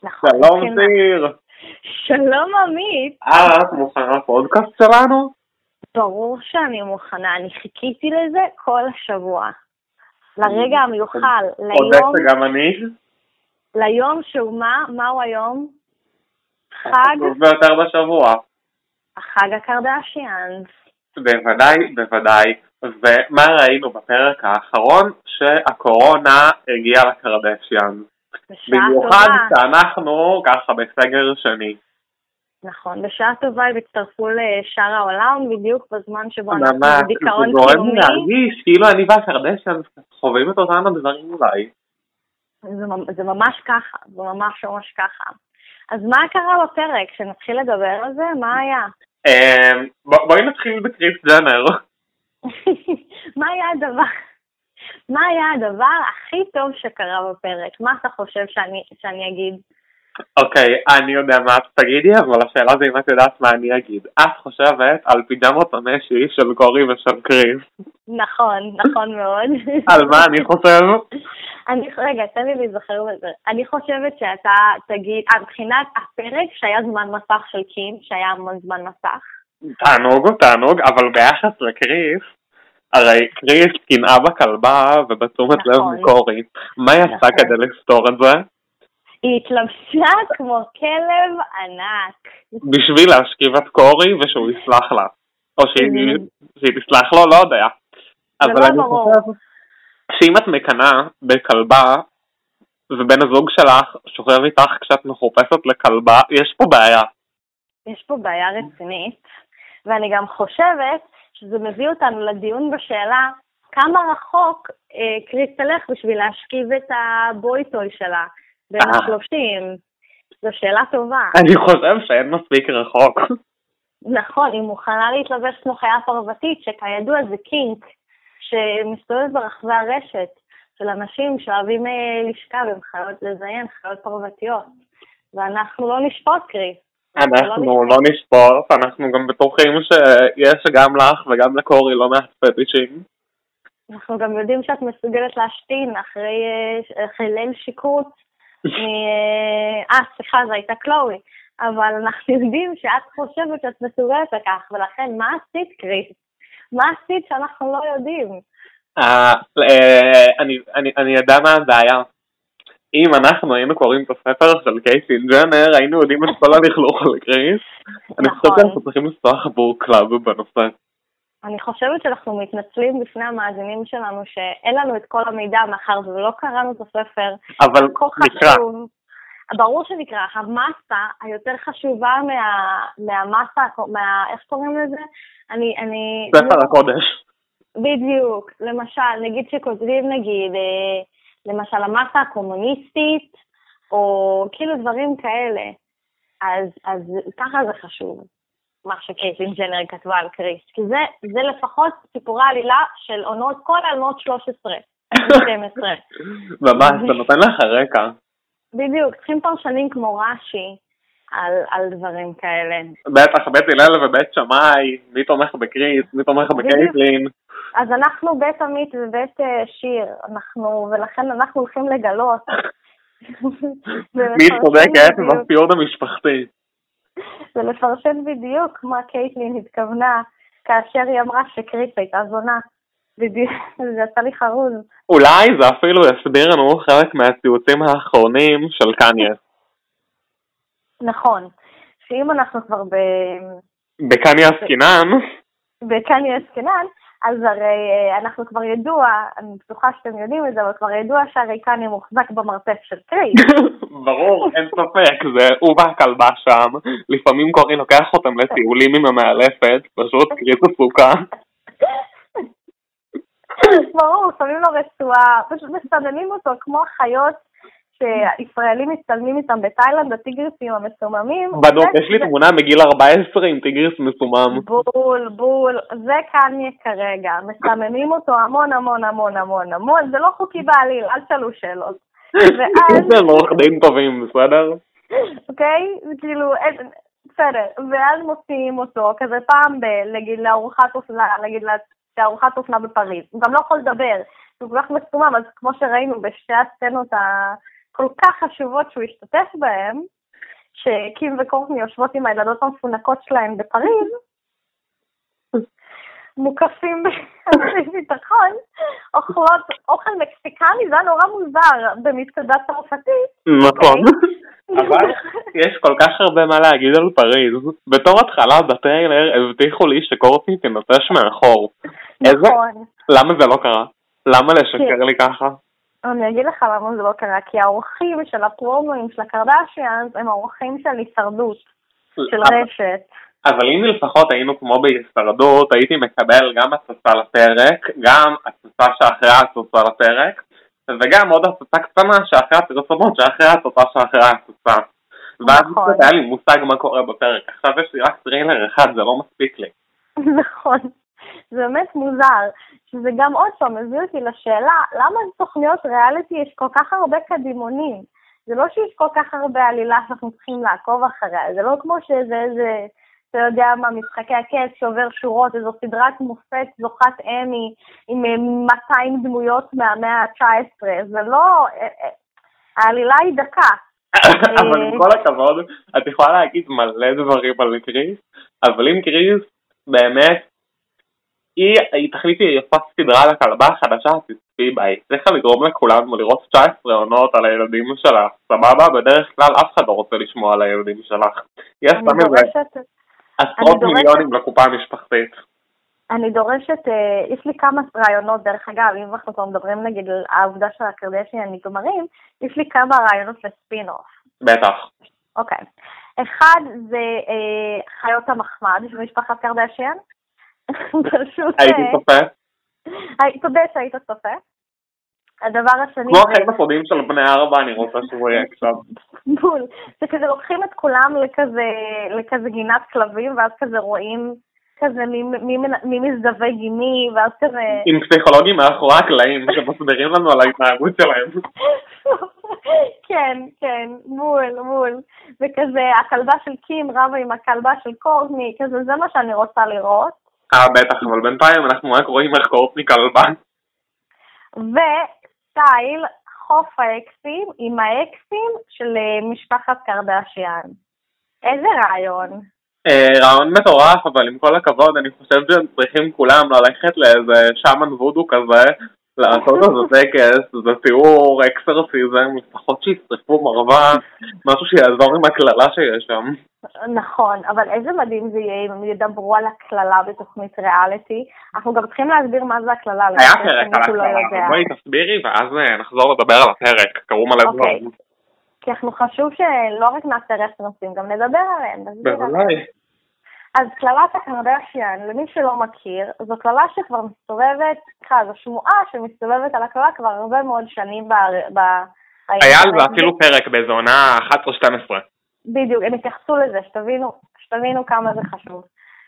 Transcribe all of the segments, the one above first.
נכון. שלום סיר. שלום עמית. את מוכנה לפודקאסט שלנו? ברור שאני מוכנה, אני חיכיתי לזה כל השבוע. לרגע המיוחל, ליום... גם אני? ליום שהוא מהו היום? חג? חשוב ביותר בשבוע. החג הקרדשיאנס. בוודאי. ומה ראינו בפרק האחרון? שהקורונה הגיעה לקרדשיאנס. במיוחד שאנחנו ככה בסגר שני. נכון, בשעה טובה הם הצטרפו לשאר העולם בדיוק בזמן שבו אנחנו בדיכאון קיומי. זה גורם קיומי. להרגיש כאילו אני והקרדשיאנס חווים את אותם הדברים אולי. זה ממש ככה, זה ממש ככה. אז מה קרה בפרק? שנתחיל לדבר על זה? מה היה? בואי נתחיל בקריס ג'נר. מה היה הדבר הכי טוב שקרה בפרק? מה אתה חושב שאני אגיד? אוקיי, אני יודע מה את תגידי, אבל השאלה זה אם את יודעת מה אני אגיד. את חושבת על פיג'מות המשי של קורי ושל קריס. נכון מאוד. על מה אני חושב? רגע, תן לי להיזכר בזה. אני חושבת שאתה תגיד, מבחינת הפרק שהיה זמן מסך של קים, שהיה המון זמן מסך. תענוג, אבל ביחס לקריס, הרי קריס קנאה בכלבה ובתשומת לב מקורי. מה היא עשתה כדי לפתור את זה? היא התלבשה כמו כלב ענק. בשביל להשכיב את קורי ושהוא יסלח לה. או שהיא תסלח לו, לא יודע. אבל אני חושב שאם את מקנאה בכלבה, ובן הזוג שלך שוכב איתך כשאת מחופשת לכלבה, יש פה בעיה. יש פה בעיה רצינית, ואני גם חושבת שזה מביא אותנו לדיון בשאלה כמה רחוק קריס תלך בשביל להשכיב את הבויטוי שלה. בין ה-30, זו שאלה טובה. אני חושב שאין מספיק רחוק. נכון, היא מוכנה להתלבש כמו חיה פרוותית, שכידוע זה קינק, שמסתובב ברחבי הרשת, של אנשים שאוהבים לשכב עם חיות לזיין, חיות פרוותיות. ואנחנו לא נשפוט, קריס. אנחנו לא נשפוט, אנחנו גם בטוחים שיש גם לך וגם לקורי לא מעט פטישים. אנחנו גם יודעים שאת מסוגלת להשתין אחרי ליל שיקרות. סליחה, זו הייתה קלואי, אבל אנחנו יודעים שאת חושבת שאת מסוגלת לכך, ולכן מה עשית, קריס? מה עשית שאנחנו לא יודעים? אני יודע מה הבעיה. אם אנחנו היינו קוראים את הספר של קייסי ג'נר, היינו יודעים את כל הלכלוך על קריס. אני חושבת שאנחנו צריכים לפתוח עבור קלאב בנושא. אני חושבת שאנחנו מתנצלים בפני המאזינים שלנו שאין לנו את כל המידע מאחר ולא קראנו את הספר. אבל נקרא. ברור שנקרא. המסה היותר חשובה מהמסה, איך קוראים לזה? ספר הקודש. בדיוק. למשל, נגיד שכותבים למשל המסה הקומוניסטית, או כאילו דברים כאלה. אז ככה זה חשוב. מה שקייסי ג'נר כתבה על קריס, כי זה לפחות סיפורי עלילה של עונות, כל העונות 13, 12. ממש, זה נותן לך רקע. בדיוק, צריכים פרשנים כמו רש"י על דברים כאלה. בטח, בית הלל ובית שמאי, מי תומך בקריס, מי תומך בקייסלין. אז אנחנו בית עמית ובית שיר, ולכן אנחנו הולכים לגלות. מי צודקת בפיוד המשפחתי. זה לפרשן בדיוק מה קייטלין התכוונה כאשר היא אמרה שקריס הייתה זונה. בדיוק, זה עשה לי חרוז. אולי זה אפילו יסביר לנו חלק מהציוצים האחרונים של קניה. נכון, שאם אנחנו כבר בקניה עסקינן, אז הרי אנחנו כבר ידוע, אני בטוחה שאתם יודעים את זה, אבל כבר ידוע שהרי קניה מוחזק במרתף של קריס. ברור, אין ספק, זה הוא והכלבה שם, לפעמים קורי לוקח אותם לטיולים עם המאלפת, פשוט קריס עסוקה. ברור, שמים לו רצועה, פשוט מסתדלים אותו כמו חיות שישראלים מצטלמים איתם בתאילנד, הטיגריסים המסוממים. בדיוק, יש לי תמונה מגיל 14 עם טיגריס מסומם. בול, זה קניה כרגע, מסממים אותו המון, זה לא חוקי בעליל, אל תשאלו שאלות. זה לא עורך דין טובים, בסדר? אוקיי, כאילו, בסדר, ואז מוציאים אותו, כזה פעם להגיד לארוחת אופנה בפריז, הוא גם לא יכול לדבר, הוא כל כך מסומם, אז כמו שראינו בשתי הסצנות כל כך חשובות שהוא השתתף בהן, שקים וקורטני יושבות עם הילדות המפונקות שלהן בפריז, מוקפים באנשי ביטחון, אוכלות אוכל מקסיקני, זה נורא מוזר במסעדה צרפתית. נכון. אבל יש כל כך הרבה מה להגיד על פריז. בתור התחלה בטריילר הבטיחו לי שקורטני תנטש מאחור. נכון. למה זה לא קרה? למה לשקר לי ככה? אני אגיד לך למה זה לא קרה, כי האורחים של הפרומואים של הקרדשיאנס הם האורחים של הישרדות, של רשת. אבל אם לפחות היינו כמו בהישרדות, הייתי מקבל גם הצצה לפרק, גם הצצה שאחרי הצצה לפרק, וגם עוד הצצה קטנה שאחרי הפרסומות שאחרי הצצה שאחרי הצצה. ואז היה לי מושג מה קורה בפרק. עכשיו יש לי רק טריילר אחד, זה לא מספיק לי. נכון. זה באמת מוזר, שזה גם עוד פעם מביא אותי לשאלה, למה בתוכניות ריאליטי יש כל כך הרבה קדימונים? זה לא שיש כל כך הרבה עלילה שאנחנו צריכים לעקוב אחריה, זה לא כמו שזה איזה, אתה יודע מה, משחקי הכס שובר שורות, איזו סדרת מופת זוכת אמי עם 200 דמויות מהמאה ה-19, זה לא, העלילה היא דקה. אבל עם כל הכבוד, את יכולה להגיד מלא דברים על קריס, אבל אם קריס באמת, היא תחליט היא יפה סדרה על הכלבה החדשה, תצפי בה, היא צריכה לגרום לכולם לראות 19 עונות על הילדים שלך, סבבה? בדרך כלל אף אחד לא רוצה לשמוע על הילדים שלך. יש פעם איזה עשרות מיליונים לקופה המשפחתית. אני דורשת, יש לי כמה רעיונות, דרך אגב, אם אנחנו כבר מדברים נגיד על העובדה של הקרדשיאן נגמרים, יש לי כמה רעיונות לספין-אוף. בטח. אוקיי. אחד זה חיות המחמד של משפחת קרדשיאן. הייתי צופה. תודה שהיית צופה. הדבר השני... כמו החיים הסודיים של בני 4, אני רוצה שהוא יהיה עכשיו. בול. זה כזה לוקחים את כולם לכזה גינת כלבים, ואז כזה רואים כזה מי מזדווה גימי, ואז כזה... עם פסיכולוגים מאחורי הקלעים, שמסבירים לנו על ההתנהגות שלהם. כן, כן, מול. וכזה הכלבה של קים רבה עם הכלבה של קורטני, כזה זה מה שאני רוצה לראות. בטח, אבל בינתיים אנחנו רק רואים איך קורטני כלבה. וסטייל חוף האקסים עם האקסים של משפחת קרדשיאן. איזה רעיון? רעיון מטורף, אבל עם כל הכבוד אני חושב שהם צריכים כולם ללכת לאיזה שמן וודו כזה, לעשות איזה טקס, זה תיאור, אקסרסיזם, לפחות שישרפו מרווה, משהו שיעזור עם הכללה שיש שם. נכון, אבל איזה מדהים זה יהיה אם הם ידברו על הכללה בתוכנית ריאליטי. אנחנו גם צריכים להסביר מה זה הכללה. היה פרק על הכללה, בואי תסבירי ואז נחזור לדבר על הפרק, קראו מלא דברים. כי אנחנו חשוב שלא רק נעשה רפרנסים, גם נדבר עליהם. בוודאי. אז כללת הקרדשיאן, למי שלא מכיר, זו כללה שכבר מסתובבת, זו שמועה שמסתובבת על הכללה כבר הרבה מאוד שנים היה על זה אפילו פרק באיזו עונה 11-12. בדיוק, הם התייחסו לזה, שתבינו כמה זה חשוב.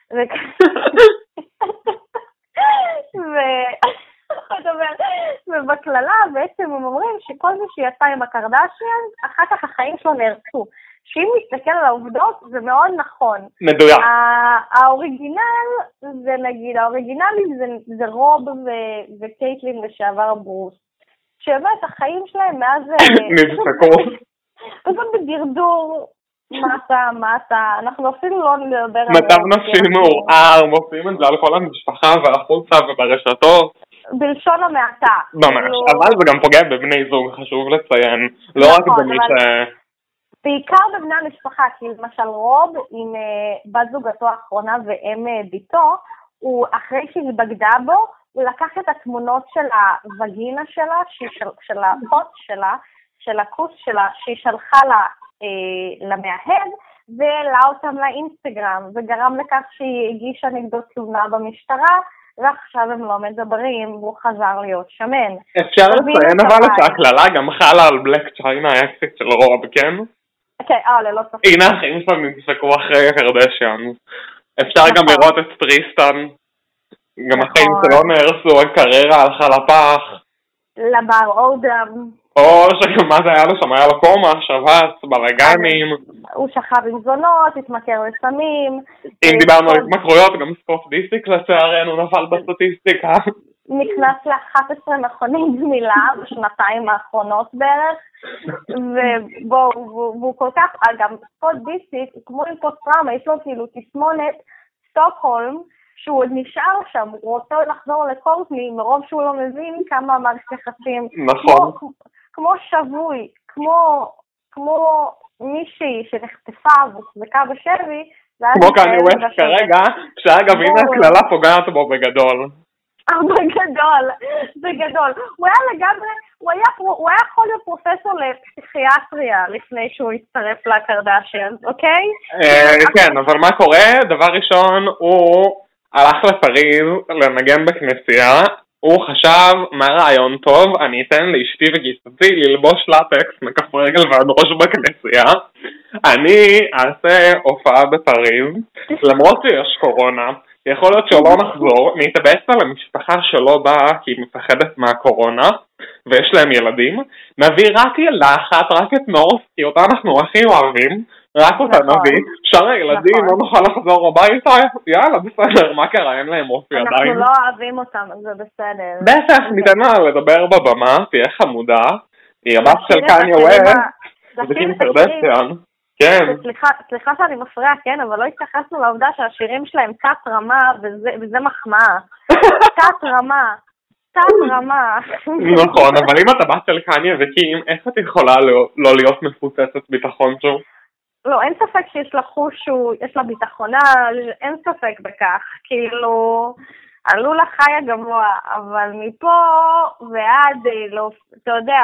ובכללה בעצם הם אומרים שכל מי שיצא עם הקרדשיאן, אחר כך החיים שלו נהרסו. שאם נסתכל על העובדות, זה מאוד נכון. מדויק. האוריגינל, זה נגיד, האוריגינלי זה רוב וקייטלין לשעבר ברוס. שבאמת החיים שלהם מאז... נדפקו. פשוט בדרדור, מטה, אנחנו אפילו לא נדבר על... מצב נפשי מעורער, מופיעים את זה על כל המשפחה והחוצה וברשתות. בלשון המעטה. ממש, אבל זה גם פוגע בבני זוג, חשוב לציין. לא רק במי ש... בעיקר בבני המשפחה, כי למשל רוב עם בת זוגתו האחרונה ואם ביתו, הוא אחרי שהיא בגדה בו, הוא לקח את התמונות של הווגינה שלה, של הפוט שלה, של הכוס שלה, שהיא שלחה לה למאהד, והעלה אותם לאינסטגרם, וגרם לכך שהיא הגישה נגדו תלונה במשטרה, ועכשיו הם לא מדברים, והוא חזר להיות שמן. אפשר לציין אבל שהכללה גם חלה על בלק צ'יינה האקסיט של רוב, כן? כן, ללא ספק. הנה החיים שלנו נדפקו אחרי הקרדשיאן. אפשר גם לראות את טריסטן, גם החיים שלא נהרסו, הקריירה הלכה לפח. לבר אודם. שגם מה זה היה לו שם, היה לו קומה, שבץ, בלגנים. הוא שכב עם זונות, התמכר לסמים. אם דיברנו על התמכרויות, גם סקוט דיסיק לצערנו נפל בסטטיסטיקה. נכנס ל-11 מכוני גמילה בשנתיים האחרונות בערך, והוא כל כך, גם פוסט-ביסטית, כמו עם פוסט-טראומה, יש לו כאילו תסמונת סטוקהולם, שהוא עוד נשאר שם, הוא רוצה לחזור לקורטני, מרוב שהוא לא מבין כמה מערכת יחסים. נכון. כמו שבוי, כמו מישהי שנחטפה והוחזקה בשבי, כמו קניה ווסט כרגע, שאגב הנה הכללה פוגעת בו בגדול. בגדול. הוא היה לגמרי, הוא היה יכול להיות פרופסור לפסיכיאטריה לפני שהוא הצטרף לקרדשיאן, אוקיי? כן, אבל מה קורה? דבר ראשון, הוא הלך לפריז לנגן בכנסייה, הוא חשב מה רעיון טוב, אני אתן לאשתי וגיסתי ללבוש לטקס מכף רגל ועד ראש בכנסייה, אני אעשה הופעה בפריז, למרות שיש קורונה, יכול להיות שלא נחזור, נתאבס על המשפחה שלא באה כי היא מפחדת מהקורונה, ויש להם ילדים, נביא רק ילדה אחת, רק את נורס, כי אותה אנחנו הכי אוהבים, רק אותה נביא, שאר הילדים לא נוכל לחזור הביתה, יאללה בסדר, מה קרה, אין להם אופי עדיין. אנחנו לא אוהבים אותם, זה בסדר. בטח, ניתן לה לדבר בבמה, תהיה חמודה, היא הבת של קניה ווסט, וקים קרדשיאן. כן. סליחה שאני מפריעה, כן, אבל לא התייחסנו לעובדה שהשירים שלהם תת רמה, וזה מחמאה. תת רמה. נכון, אבל אם אתה בת של קניה וקים, איך את יכולה לא להיות מפוצצת ביטחון שוב? לא, אין ספק שיש לה חוש, יש לה ביטחונה, אין ספק בכך. כאילו, עלו לחי הגבוה, אבל מפה ועד, לא, אתה יודע,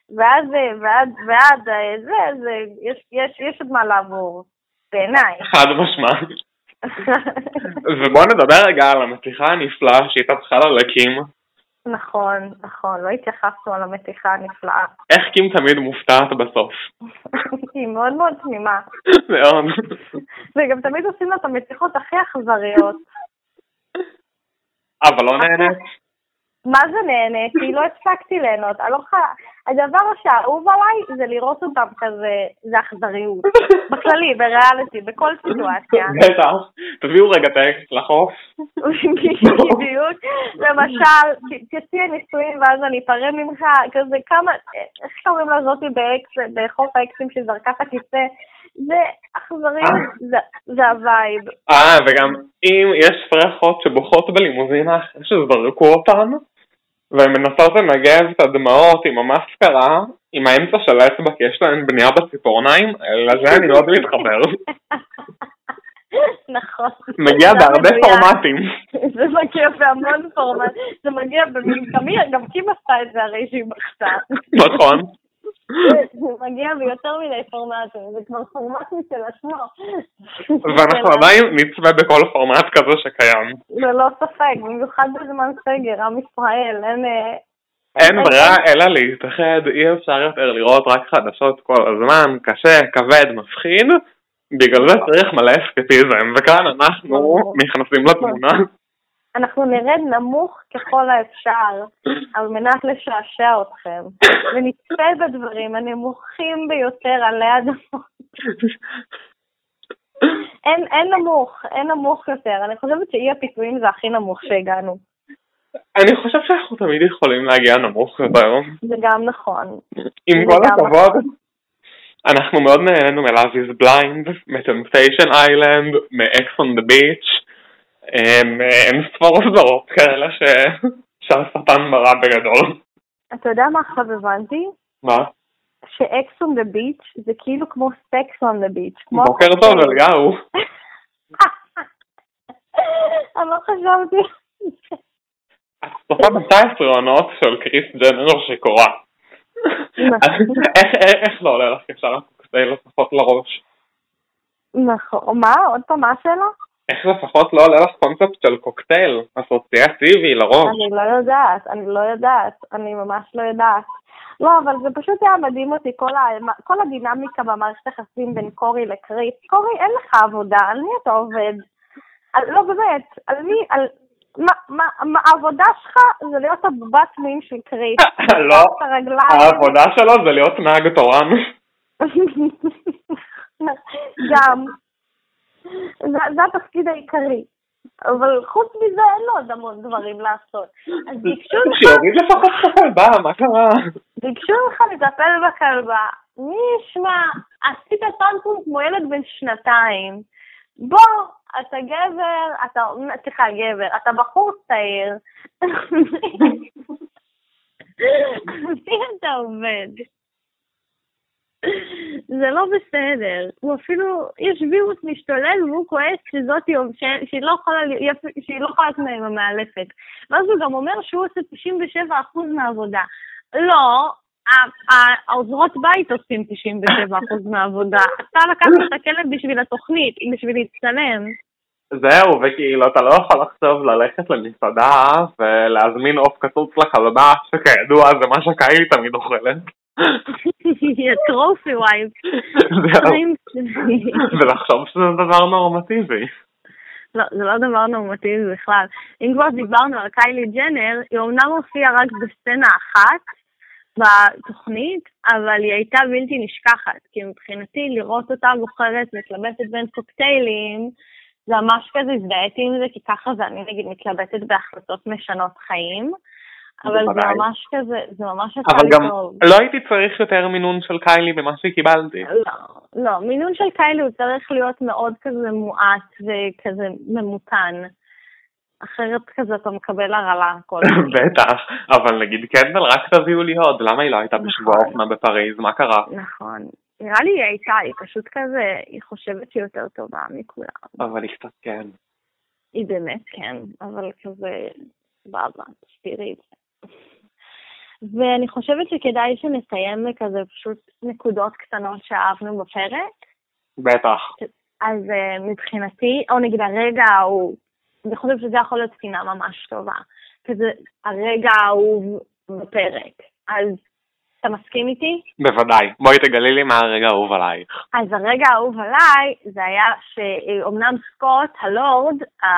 ועד יש עוד מה לעבור, בעיניי. חד משמעית. ובוא נדבר רגע על המתיחה הנפלאה שהייתה צריכה לקים. נכון, לא התייחסנו על המתיחה הנפלאה. איך קים תמיד מופתעת בסוף? היא מאוד מאוד תמימה. מאוד. וגם תמיד עושים לה את המתיחות הכי אכזריות. אבל לא נהנית. מה זה נהנית? כי לא הפסקתי ליהנות. הדבר שהאהוב עליי זה לראות אותם כזה, זה אכזריות. בכללי, בריאליטי, בכל סיטואציה. בטח. תביאו רגע טקסט לחוף. בדיוק. למשל, תצאי ניסויים ואז אני אפרד ממך, כזה כמה, איך קוראים לזאת בחוף האקסים שזרקה את הכיסא? זה אכזריות, זה הווייב. וגם אם יש פרחות שבוכות בלימוזינה אחרי שזרקו אותן, והן מנסות לנגב את הדמעות עם המסקרה, עם האמצע של האצבע, כי יש להן בנייה בציפורניים, לזה אני מאוד מתחבר. נכון. מגיע בהרבה פורמטים. זה מגיע בהמון פורמטים. זה מגיע גם קים עשתה את זה הרי שהיא בכתה. נכון. זה מגיע ביותר מדי פורמטים, זה כבר פורמטים של עצמו. ואנחנו עדיין נצפה בכל פורמט כזה שקיים. זה לא ספק, במיוחד בזמן סגר, עם ישראל, אין ברירה אלא להתאחד, אי אפשר יותר לראות רק חדשות כל הזמן, קשה, כבד, מפחיד, בגלל זה צריך מלא אסקפיזם, וכאן אנחנו נכנסים לתמונה. אנחנו נרד נמוך ככל האפשר, על מנת לשעשע אתכם, ונצפה בדברים הנמוכים ביותר עלי אדמות. אין נמוך יותר, אני חושבת שאי הפיתויים זה הכי נמוך שהגענו. אני חושב שאנחנו תמיד יכולים להגיע נמוך יותר. זה גם נכון. עם כל הכבוד, אנחנו מאוד נהנינו מ-Love is Blind, מ-Temptation Island, מ-X on the Beach, אין ספור סדרות כאלה שהשטן מראה בגדול. אתה יודע מה עכשיו הבנתי? מה? ש-X on the Beach זה כאילו כמו Sex on the Beach. בוקר טוב אליהו. אני לא חשבתי. את צופה 19 עונות של קריס ג'נר שקורה. איך לא עולה לך אפשר לקוקטייל לפחות לראש? נכון, מה? עוד פעם מה השאלה? איך לפחות לא עולה לך קונספט של קוקטייל אסוציאטיבי לראש? אני לא יודעת, אני ממש לא יודעת. לא, אבל זה פשוט היה מדהים אותי, כל הדינמיקה במערכת היחסים בין קורי לקריס. קורי, אין לך עבודה, על מי אתה עובד? לא באמת, על מי, העבודה שלך זה להיות הבובת מין של קריס. לא, העבודה שלו זה להיות נהג תורן. גם. זה התפקיד העיקרי. אבל חוץ מזה אין לו עוד המון דברים לעשות. אז ביקשו לך... שיוריד לפחות את הכלבה, מה קרה? ביקשו לך לטפל בכלבה. מי ישמע, עשית טנטרום כמו ילד בן 2. בוא, אתה גבר, סליחה, גבר, אתה בחור צעיר. מי אתה עובד? זה לא בסדר. הוא אפילו, יש וירוס משתולל והוא כועס שהיא לא יכולה להיות מהמאלפת. ואז הוא גם אומר שהוא עושה 97% מהעבודה. לא, העוזרות בית עושים 97% מהעבודה. אתה לקחת את הכלב בשביל התוכנית, בשביל להצטלם. זהו, וכאילו אתה לא יכול לחשוב ללכת למסעדה ולהזמין עוף קצוץ לכלבה, שכידוע זה מה שקיילי תמיד אוכלת. טרופי וייב. ולחשוב שזה דבר נורמטיבי. לא, זה לא דבר נורמטיבי בכלל. אם כבר דיברנו על קיילי ג'נר, היא אומנם הופיעה רק בסצנה אחת בתוכנית, אבל היא הייתה בלתי נשכחת, כי מבחינתי לראות אותה בוחרת מתלבטת בין קוקטיילים, זה ממש כזה הזדהיתי עם זה, כי ככה זה אני נגיד מתלבטת בהחלטות משנות חיים, אבל זה ממש כזה, זה ממש עשה לי טוב. אבל גם לא הייתי צריך יותר מינון של קיילי במה שקיבלתי. לא, מינון של קיילי הוא צריך להיות מאוד כזה מועט וכזה ממותן. אחרת כזה אתה מקבל הרעלה. בטח, אבל נגיד קנדל רק תביאו לי עוד, למה היא לא הייתה בשבוע אופנה בפריז, מה קרה? נכון, נראה לי היא הייתה, היא פשוט כזה, היא חושבת שהיא יותר טובה מכולם. אבל היא קצת כן. היא באמת כן, אבל כזה, בבא, תסתירי את זה. ואני חושבת שכדאי שנסיים לכזה פשוט נקודות קטנות שאהבנו בפרק. בטח. אז מבחינתי, או נגיד הרגע הוא, אני חושבת שזה יכול להיות ספינה ממש טובה. כזה הרגע האהוב בפרק. אז אתה מסכים איתי? בוודאי. בואי תגלי לי מה הרגע האהוב עלייך. אז הרגע האהוב עליי זה היה שאומנם סקוט, הלורד,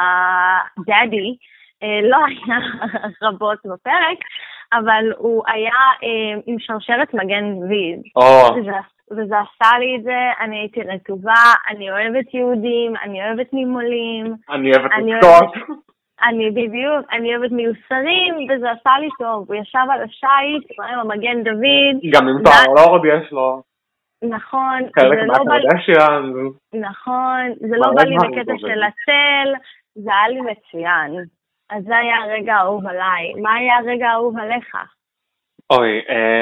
הדאדי, לא היה רבות בפרק, אבל הוא היה עם שרשרת מגן דוד. וזה עשה לי את זה, אני הייתי רטובה, אני אוהבת יהודים, אני אוהבת נימולים. אני אוהבת סקוט. בדיוק, אני אוהבת מיוסרים, וזה עשה לי טוב. הוא ישב על השייט, עם המגן דוד. גם עם תואר לורד יש לו. נכון. חלק מהקרדשיאן. נכון, זה לא בא לי בקטע של הצל, זה היה לי מצוין. אז זה היה הרגע האהוב עליי. מה היה הרגע האהוב עליך? אוי,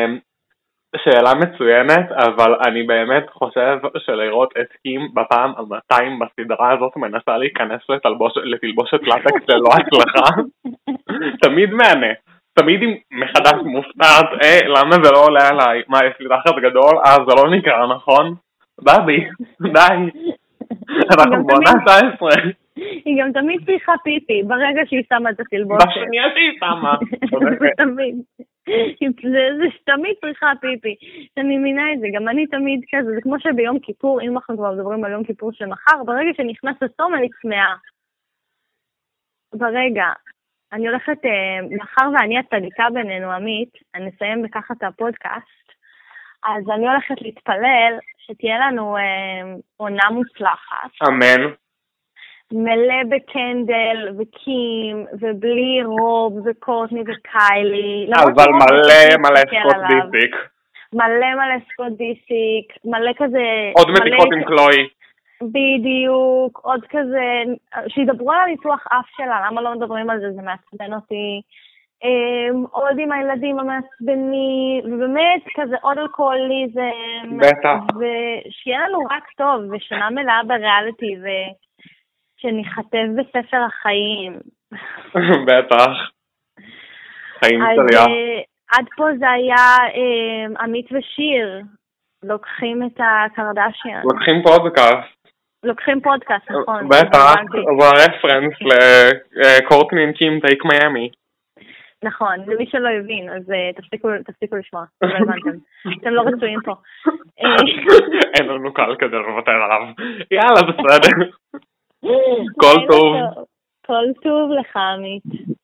שאלה מצוינת, אבל אני באמת חושב שלראות את קים בפעם 200 בסדרה הזאת מנסה להיכנס לתלבושת לטקס ללא הצלחה. תמיד מענה. תמיד היא מחדש מופתעת, למה זה לא עולה עליי? מה, יש לי תחת גדול? זה לא נקרא, נכון? בבי, די. אנחנו בעונה 19. היא גם תמיד צריכה פיפי, ברגע שהיא שמה את התלבושת. בשנייה שהיא שמה. זה תמיד. זה תמיד צריכה פיפי. אני מבינה את זה, גם אני תמיד כזה, זה כמו שביום כיפור, אם אנחנו כבר מדברים על יום כיפור שמחר, ברגע שנכנס לצום אני צמאה. ברגע, אני הולכת, מחר ואני הצדיקה בינינו, עמית, אני אסיים בככה את הפודקאסט, אז אני הולכת להתפלל שתהיה לנו עונה מוצלחת. אמן. מלא בקנדל וקים ובלי רוב וקורטני וקיילי. אבל מלא סקוט דיסיק. מלא סקוט דיסיק, מלא כזה... עוד מתיקות עם קלוי. בדיוק, עוד כזה, שידברו על הניתוח אף שלה, למה לא מדברים על זה, זה מעצבן אותי. עוד עם הילדים המעצבנים, ובאמת כזה עוד אלכוהוליזם. בטח. ושיהיה לנו רק טוב, ושנה מלאה בריאליטי, שנחטב בספר החיים. בטח. חיים צליה. עד פה זה היה עמית ושיר. לוקחים את הקרדשיאן. לוקחים פודקאסט, נכון. בטח, זה הרפרנס לקורטני and קים טייק מיאמי. נכון, למי שלא הבין, אז תפסיקו לשמוע. לא הבנתם. אתם לא רצויים פה. אין לנו קל כדי לוותר עליו. יאללה, בסדר. כל טוב. כל טוב לך, עמית.